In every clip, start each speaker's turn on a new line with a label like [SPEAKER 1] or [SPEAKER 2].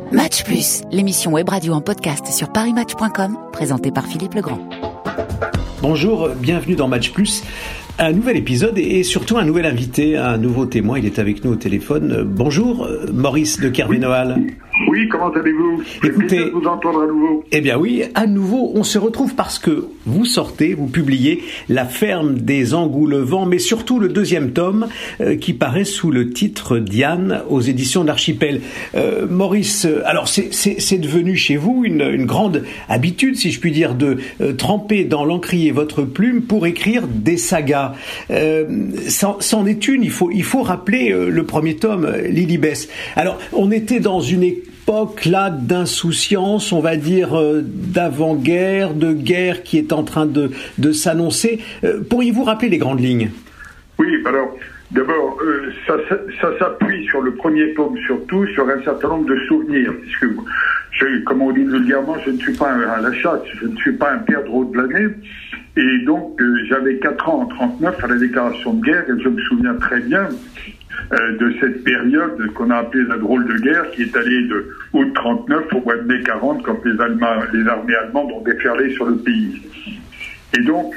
[SPEAKER 1] Match Plus, l'émission web radio en podcast sur parismatch.com, présentée par Philippe Legrand.
[SPEAKER 2] Bonjour, bienvenue dans Match Plus. Un nouvel épisode et surtout un nouvel invité, un nouveau témoin. Il est avec nous au téléphone. Bonjour, Maurice de Kervénoal.
[SPEAKER 3] Oui, comment allez-vous?
[SPEAKER 2] Écoutez,
[SPEAKER 3] de vous entendre à nouveau.
[SPEAKER 2] Eh bien oui, à nouveau, on se retrouve parce que vous publiez La ferme des Engoulevents, mais surtout le deuxième tome qui paraît sous le titre Diane aux éditions d'Archipel. Maurice, alors c'est devenu chez vous une grande habitude, si je puis dire, de tremper dans l'encrier votre plume pour écrire des sagas. C'en est une, il faut rappeler le premier tome, Lilibès. Alors, on était dans une époque là d'insouciance, on va dire d'avant-guerre, de guerre qui est en train de s'annoncer. Pourriez-vous rappeler les grandes lignes?
[SPEAKER 3] Oui, alors d'abord, ça s'appuie sur le premier tome surtout, sur un certain nombre de souvenirs, puisque comme on dit vulgairement, je ne suis pas à la chasse, je ne suis pas un perdreau de l'année, et donc j'avais 4 ans en 1939 à la déclaration de guerre, et je me souviens très bien de cette période qu'on a appelée la drôle de guerre, qui est allée de août 1939 au mois de mai 1940, quand les armées allemandes ont déferlé sur le pays. Et donc,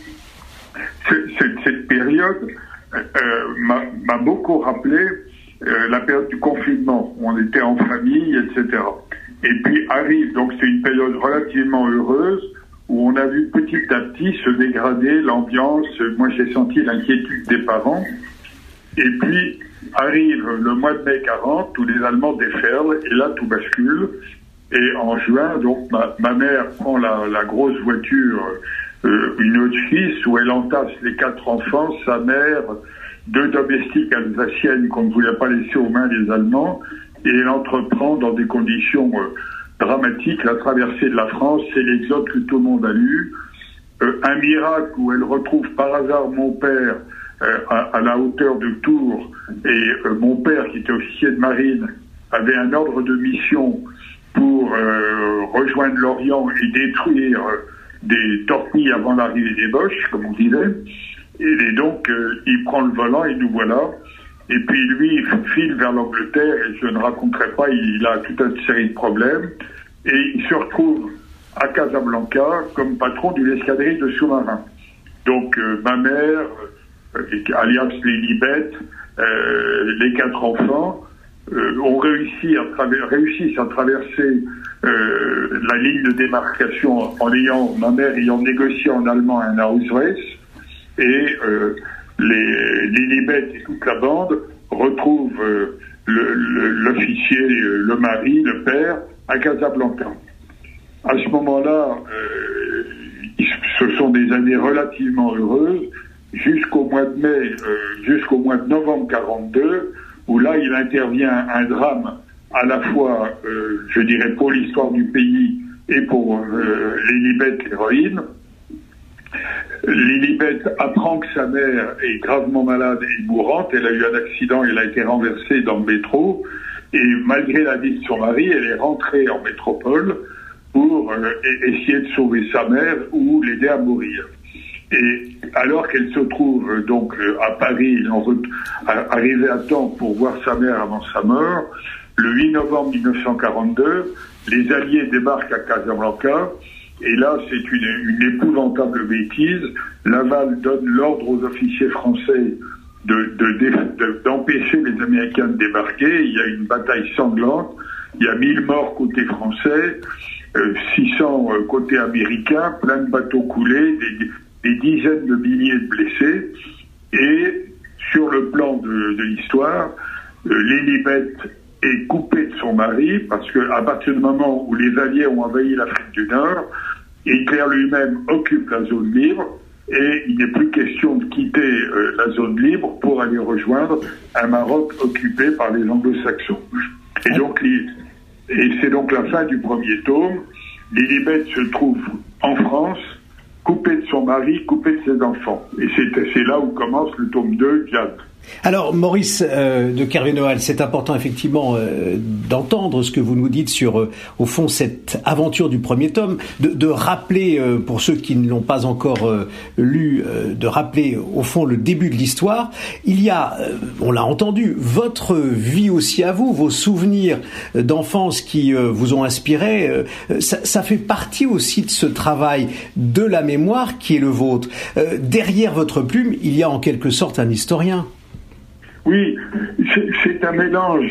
[SPEAKER 3] cette période m'a beaucoup rappelé la période du confinement, où on était en famille, etc. Et puis arrive, donc c'est une période relativement heureuse, où on a vu petit à petit se dégrader l'ambiance. Moi j'ai senti l'inquiétude des parents. Et puis arrive le mois de mai 40, où les Allemands déferlent, et là tout bascule. Et en juin, donc ma mère prend la grosse voiture, une Autriche, où elle entasse les 4 enfants, sa mère, 2 domestiques alsaciennes qu'on ne voulait pas laisser aux mains des Allemands, et elle entreprend dans des conditions dramatiques la traversée de la France. C'est l'exode que tout le monde a lu. Un miracle où elle retrouve par hasard mon père à la hauteur de Tours, et mon père, qui était officier de marine, avait un ordre de mission pour rejoindre l'Orient et détruire des torpilles avant l'arrivée des Boches, comme on disait. Et donc, il prend le volant et nous voilà. Et puis lui, il file vers l'Angleterre, et je ne raconterai pas, il a toute une série de problèmes. Et il se retrouve à Casablanca comme patron d'une escadrille de sous-marins. Donc, ma mère, alias Lilibet, les 4 enfants, ont réussi à traverser la ligne de démarcation ma mère ayant négocié en allemand un Ausweis, et les Lilibet et toute la bande retrouvent l'officier, le mari, le père, à Casablanca. À ce moment-là, ce sont des années relativement heureuses, jusqu'au mois de mai, jusqu'au mois de novembre 42, où là il intervient un drame à la fois, je dirais, pour l'histoire du pays et pour Lilibet, l'héroïne. Lilibet apprend que sa mère est gravement malade et mourante. Elle a eu un accident, elle a été renversée dans le métro, et malgré la vie de son mari, elle est rentrée en métropole pour essayer de sauver sa mère ou l'aider à mourir. Et alors qu'elle se trouve donc à Paris, arrivée à temps pour voir sa mère avant sa mort, le 8 novembre 1942, les Alliés débarquent à Casablanca. Et là, c'est une épouvantable bêtise. Laval donne l'ordre aux officiers français d'empêcher les Américains de débarquer. Il y a une bataille sanglante. Il y a 1000 morts côté français, 600 côté américain, plein de bateaux coulés, des dizaines de milliers de blessés. Et sur le plan de l'histoire, Lilibet est coupée de son mari, parce qu'à partir du moment où les Alliés ont envahi l'Afrique du Nord, Hitler lui-même occupe la zone libre, et il n'est plus question de quitter la zone libre pour aller rejoindre un Maroc occupé par les Anglo-Saxons. Et c'est donc la fin du premier tome. Lilibet se trouve en France, coupée de son mari, coupée de ses enfants. Et c'est là où commence le tome 2, Diane.
[SPEAKER 2] Alors Maurice de Kervénoal, c'est important effectivement d'entendre ce que vous nous dites sur au fond cette aventure du premier tome, de rappeler pour ceux qui ne l'ont pas encore lu, de rappeler au fond le début de l'histoire. Il y a, on l'a entendu, votre vie aussi à vous, vos souvenirs d'enfance qui vous ont inspiré, ça fait partie aussi de ce travail de la mémoire qui est le vôtre. Derrière votre plume, il y a en quelque sorte un historien.
[SPEAKER 3] Oui, c'est un mélange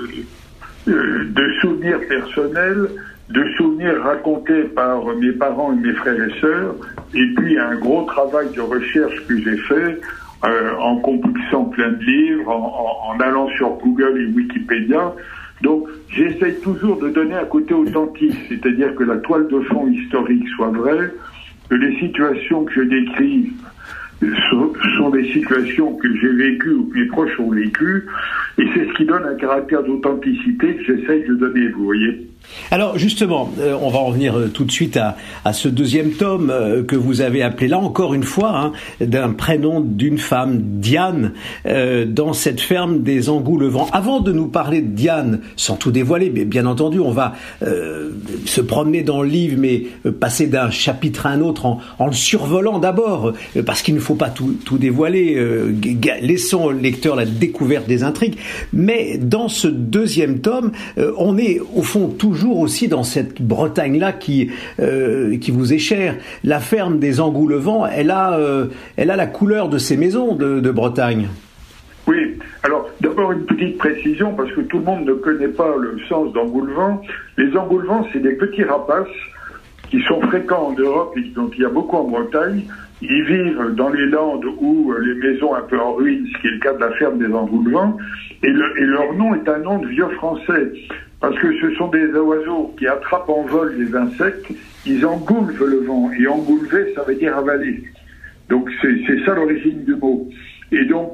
[SPEAKER 3] de souvenirs personnels, de souvenirs racontés par mes parents et mes frères et sœurs, et puis un gros travail de recherche que j'ai fait en compulsant plein de livres, en allant sur Google et Wikipédia. Donc j'essaye toujours de donner un côté authentique, c'est-à-dire que la toile de fond historique soit vraie, que les situations que je décris sont des situations que j'ai vécues ou que mes proches ont vécues, et c'est ce qui donne un caractère d'authenticité que j'essaye de donner, vous voyez.
[SPEAKER 2] Alors justement, on va en revenir tout de suite à ce deuxième tome que vous avez appelé là encore une fois d'un prénom d'une femme, Diane, dans cette ferme des Engoulevents. Avant de nous parler de Diane, sans tout dévoiler, mais bien entendu, on va se promener dans le livre, mais passer d'un chapitre à un autre en le survolant d'abord, parce qu'il ne faut pas tout dévoiler, laissons au lecteur la découverte des intrigues. Mais dans ce deuxième tome, on est au fond toujours aussi dans cette Bretagne-là qui vous est chère. La ferme des Engoulevents, elle a la couleur de ces maisons de Bretagne.
[SPEAKER 3] Oui, alors d'abord une petite précision, parce que tout le monde ne connaît pas le sens d'Engoulevent. Les Engoulevents, c'est des petits rapaces qui sont fréquents en Europe et dont il y a beaucoup en Bretagne. Ils vivent dans les Landes ou les maisons un peu en ruine, ce qui est le cas de la ferme des Engoulevents, et leur nom est un nom de vieux français, parce que ce sont des oiseaux qui attrapent en vol les insectes, ils engoulvent le vent, et engoulever, ça veut dire avaler. Donc c'est ça l'origine du mot. Et donc,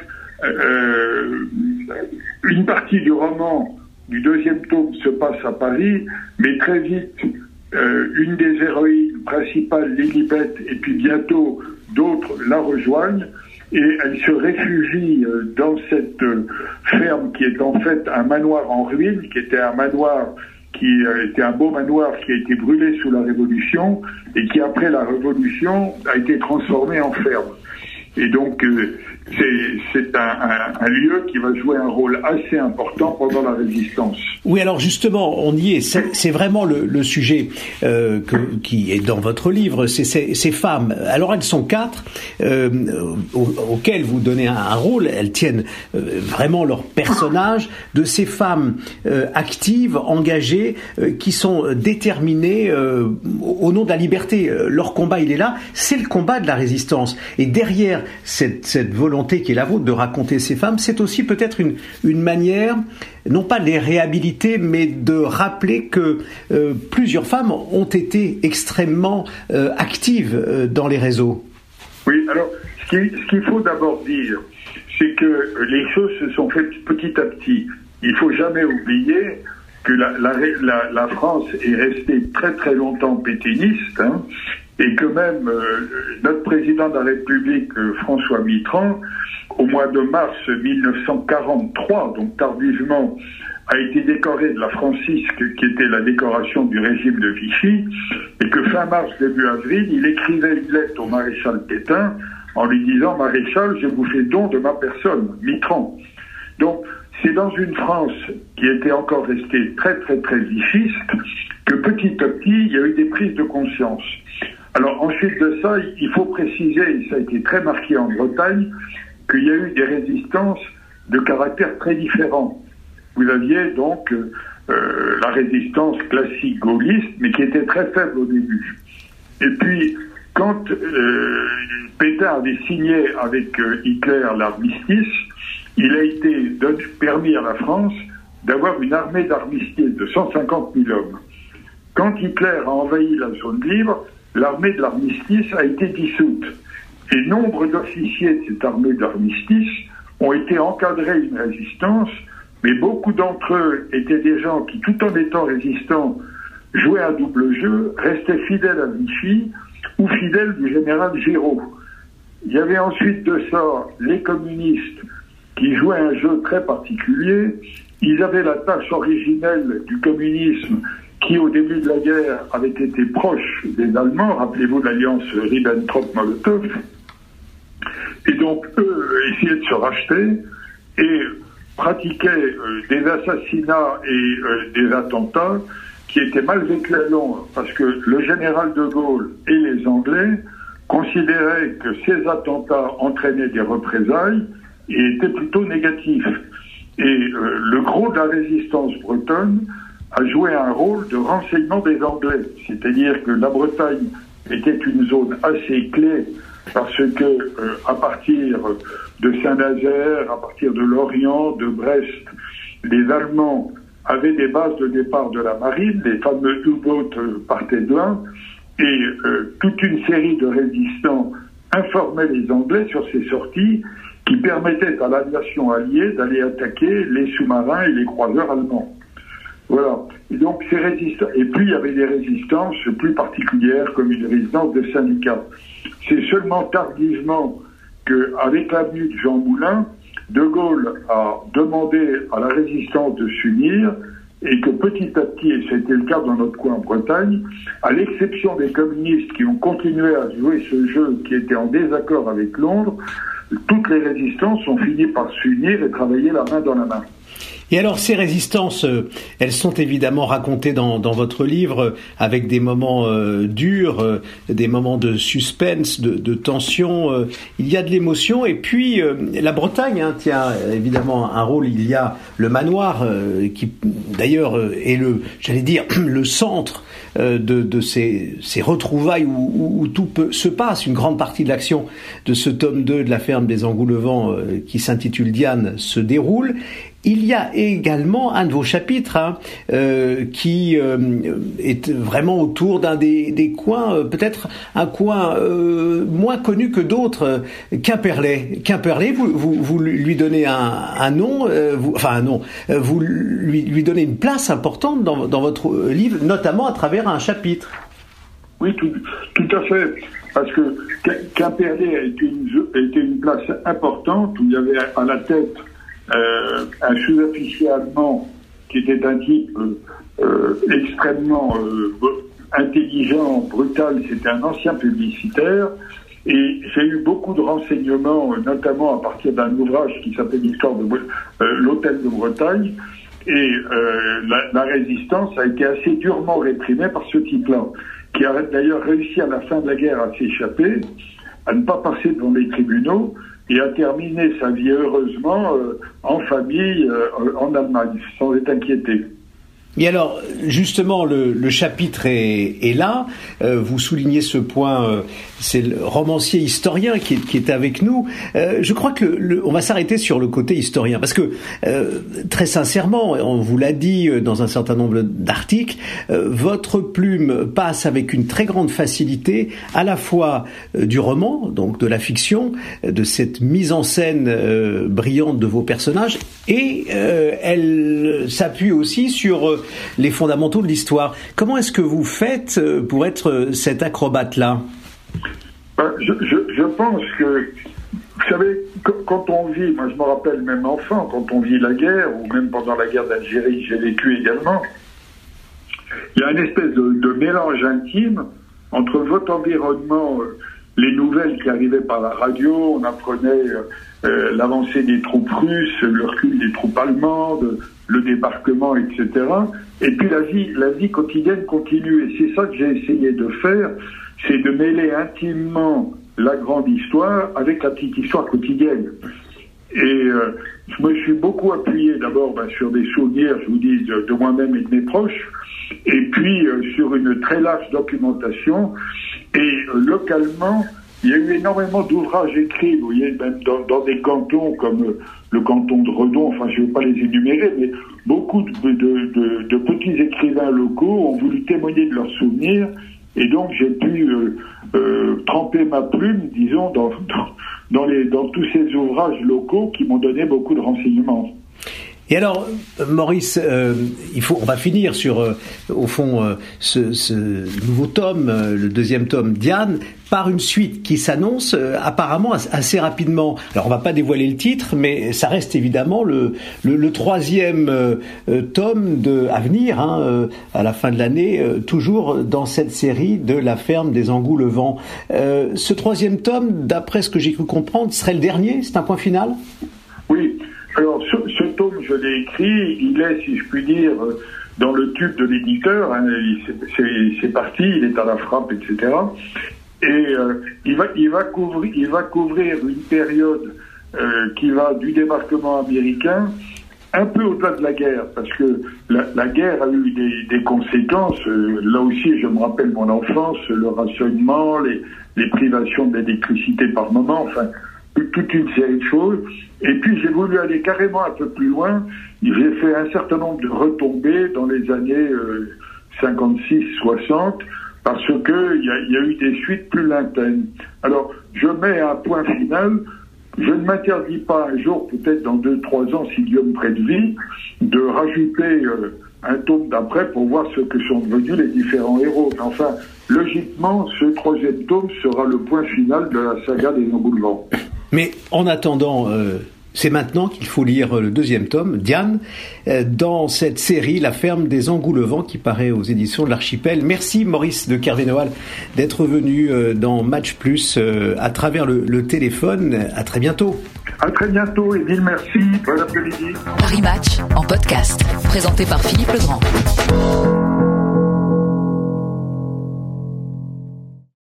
[SPEAKER 3] une partie du roman du deuxième tome se passe à Paris, mais très vite, une des héroïnes principales, Lilibet, et puis bientôt d'autres la rejoignent, et elle se réfugie dans cette ferme qui est en fait un manoir en ruine, qui était un manoir qui était un beau manoir qui a été brûlé sous la Révolution et qui après la Révolution a été transformé en ferme. Et donc c'est un lieu qui va jouer un rôle assez important pendant la Résistance.
[SPEAKER 2] Oui, alors justement, on y est. C'est vraiment le sujet qui est dans votre livre. C'est ces femmes. Alors elles sont 4 auxquelles vous donnez un rôle. Elles tiennent vraiment leur personnage, de ces femmes actives, engagées, qui sont déterminées au nom de la liberté. Leur combat, il est là. C'est le combat de la Résistance. Et derrière cette volonté qui est la vôtre de raconter ces femmes, c'est aussi peut-être une manière, non pas de les réhabiliter, mais de rappeler que plusieurs femmes ont été extrêmement actives dans les réseaux. Oui,
[SPEAKER 3] alors ce qu'il faut d'abord dire, c'est que les choses se sont faites petit à petit. Il ne faut jamais oublier que la France est restée très très longtemps pétainiste, et que même notre président de la République, François Mitterrand, au mois de mars 1943, donc tardivement, a été décoré de la Francisque, qui était la décoration du régime de Vichy, et que fin mars, début avril, il écrivait une lettre au maréchal Pétain en lui disant « Maréchal, je vous fais don de ma personne, Mitterrand ». Donc, c'est dans une France qui était encore restée très très très vichiste que petit à petit, il y a eu des prises de conscience. Alors ensuite de ça, il faut préciser, et ça a été très marqué en Bretagne, qu'il y a eu des résistances de caractère très différent. Vous aviez donc la résistance classique gaulliste, mais qui était très faible au début. Et puis, quand Pétain avait signé avec Hitler l'armistice, il a été permis à la France d'avoir une armée d'armistice de 150 000 hommes. Quand Hitler a envahi la zone libre, l'armée de l'armistice a été dissoute. Et nombre d'officiers de cette armée de l'armistice ont été encadrés à une résistance, mais beaucoup d'entre eux étaient des gens qui, tout en étant résistants, jouaient un double jeu, restaient fidèles à Vichy ou fidèles du général Giraud. Il y avait ensuite de ça les communistes qui jouaient un jeu très particulier. Ils avaient la tâche originelle du communisme qui, au début de la guerre, avait été proche des Allemands. Rappelez-vous de l'alliance Ribbentrop-Molotov. Et donc, eux essayaient de se racheter et pratiquaient des assassinats et des attentats qui étaient mal vécus à Londres, parce que le général de Gaulle et les Anglais considéraient que ces attentats entraînaient des représailles et étaient plutôt négatifs. Et le gros de la résistance bretonne a joué un rôle de renseignement des Anglais. C'est-à-dire que la Bretagne était une zone assez clé parce que à partir de Saint-Nazaire, à partir de Lorient, de Brest, les Allemands avaient des bases de départ de la marine, les fameux U-boats partaient de là, et toute une série de résistants informaient les Anglais sur ces sorties qui permettaient à l'aviation alliée d'aller attaquer les sous-marins et les croiseurs allemands. Voilà. Et donc ces résistants. Et puis il y avait des résistances plus particulières, comme une résistance de syndicats. C'est seulement tardivement qu'avec l'avenue de Jean Moulin, De Gaulle a demandé à la résistance de s'unir et que petit à petit, et c'était le cas dans notre coin en Bretagne, à l'exception des communistes qui ont continué à jouer ce jeu qui était en désaccord avec Londres, toutes les résistances ont fini par s'unir et travailler la main dans la main.
[SPEAKER 2] Et alors ces résistances, elles sont évidemment racontées dans votre livre avec des moments durs, des moments de suspense, de tension. Il y a de l'émotion et puis la Bretagne tient évidemment un rôle. Il y a le manoir qui d'ailleurs est le centre de ces retrouvailles où tout se passe. Une grande partie de l'action de ce tome 2 de la ferme des Engoulevents qui s'intitule Diane se déroule. Il y a également un de vos chapitres qui est vraiment autour d'un des coins, peut-être un coin moins connu que d'autres, Quimperlé. Quimperlé, vous lui donnez un nom, vous lui donnez une place importante dans votre livre, notamment à travers un chapitre.
[SPEAKER 3] Oui, tout à fait. Parce que Quimperlé a été une place importante où il y avait à la tête un sous-officier allemand qui était un type extrêmement intelligent, brutal, c'était un ancien publicitaire, et j'ai eu beaucoup de renseignements, notamment à partir d'un ouvrage qui s'appelle l'histoire de l'hôtel de Bretagne, et la résistance a été assez durement réprimée par ce type-là, qui a d'ailleurs réussi à la fin de la guerre à s'échapper, à ne pas passer devant les tribunaux, et a terminé sa vie heureusement en famille en Allemagne, sans être inquiété.
[SPEAKER 2] Et alors, justement, le chapitre est là. Vous soulignez ce point. C'est le romancier historien qui est avec nous. Je crois que on va s'arrêter sur le côté historien, parce que très sincèrement, on vous l'a dit dans un certain nombre d'articles, votre plume passe avec une très grande facilité à la fois du roman, donc de la fiction, de cette mise en scène brillante de vos personnages, et elle s'appuie aussi sur les fondamentaux de l'histoire. Comment est-ce que vous faites pour être cet acrobate-là ?
[SPEAKER 3] Je pense que, vous savez, quand on vit, moi je me rappelle même enfant, quand on vit la guerre, ou même pendant la guerre d'Algérie, j'ai vécu également, il y a une espèce de mélange intime entre votre environnement, les nouvelles qui arrivaient par la radio, on apprenait l'avancée des troupes russes, le recul des troupes allemandes, le débarquement, etc. Et puis la vie quotidienne continue. Et c'est ça que j'ai essayé de faire, c'est de mêler intimement la grande histoire avec la petite histoire quotidienne. Et je me suis beaucoup appuyé d'abord sur des souvenirs, je vous dis, de moi-même et de mes proches, et puis sur une très large documentation. Et localement, il y a eu énormément d'ouvrages écrits, vous voyez, même dans des cantons comme le canton de Redon, enfin je ne vais pas les énumérer, mais beaucoup de petits écrivains locaux ont voulu témoigner de leurs souvenirs, et donc j'ai pu tremper ma plume, disons, dans tous ces ouvrages locaux qui m'ont donné beaucoup de renseignements.
[SPEAKER 2] Et alors, Maurice, on va finir sur, au fond, ce nouveau tome, le deuxième tome, Diane, par une suite qui s'annonce apparemment assez rapidement. Alors, on va pas dévoiler le titre, mais ça reste évidemment le troisième tome à venir, à la fin de l'année, toujours dans cette série de La ferme des Engoulevents. Ce troisième tome, d'après ce que j'ai cru comprendre, serait le dernier? C'est un point final?
[SPEAKER 3] Oui. Alors, ce tome, je l'ai écrit, il est, si je puis dire, dans le tube de l'éditeur, c'est parti, il est à la frappe, etc. Et il va couvrir une période qui va du débarquement américain un peu au-delà de la guerre, parce que la guerre a eu des conséquences. Là aussi, je me rappelle mon enfance, le rationnement, les privations d'électricité par moment, enfin, toute une série de choses. Et puis, j'ai voulu aller carrément un peu plus loin. J'ai fait un certain nombre de retombées dans les années 56-60, parce que il y a eu des suites plus lointaines. Alors, je mets un point final. Je ne m'interdis pas un jour, peut-être dans 2-3 ans, si Dieu me prête vie, de rajouter un tome d'après pour voir ce que sont devenus les différents héros. Enfin, logiquement, ce troisième tome sera le point final de la saga des Engoulevents.
[SPEAKER 2] Mais en attendant, c'est maintenant qu'il faut lire le deuxième tome, Diane, dans cette série La ferme des Engoulevents qui paraît aux éditions de l'Archipel. Merci Maurice de Kervénoal d'être venu dans Match Plus à travers le téléphone. À très bientôt.
[SPEAKER 3] À très bientôt, Émile, merci. Bon après-midi.
[SPEAKER 1] Paris Match en podcast, présenté par Philippe Legrand.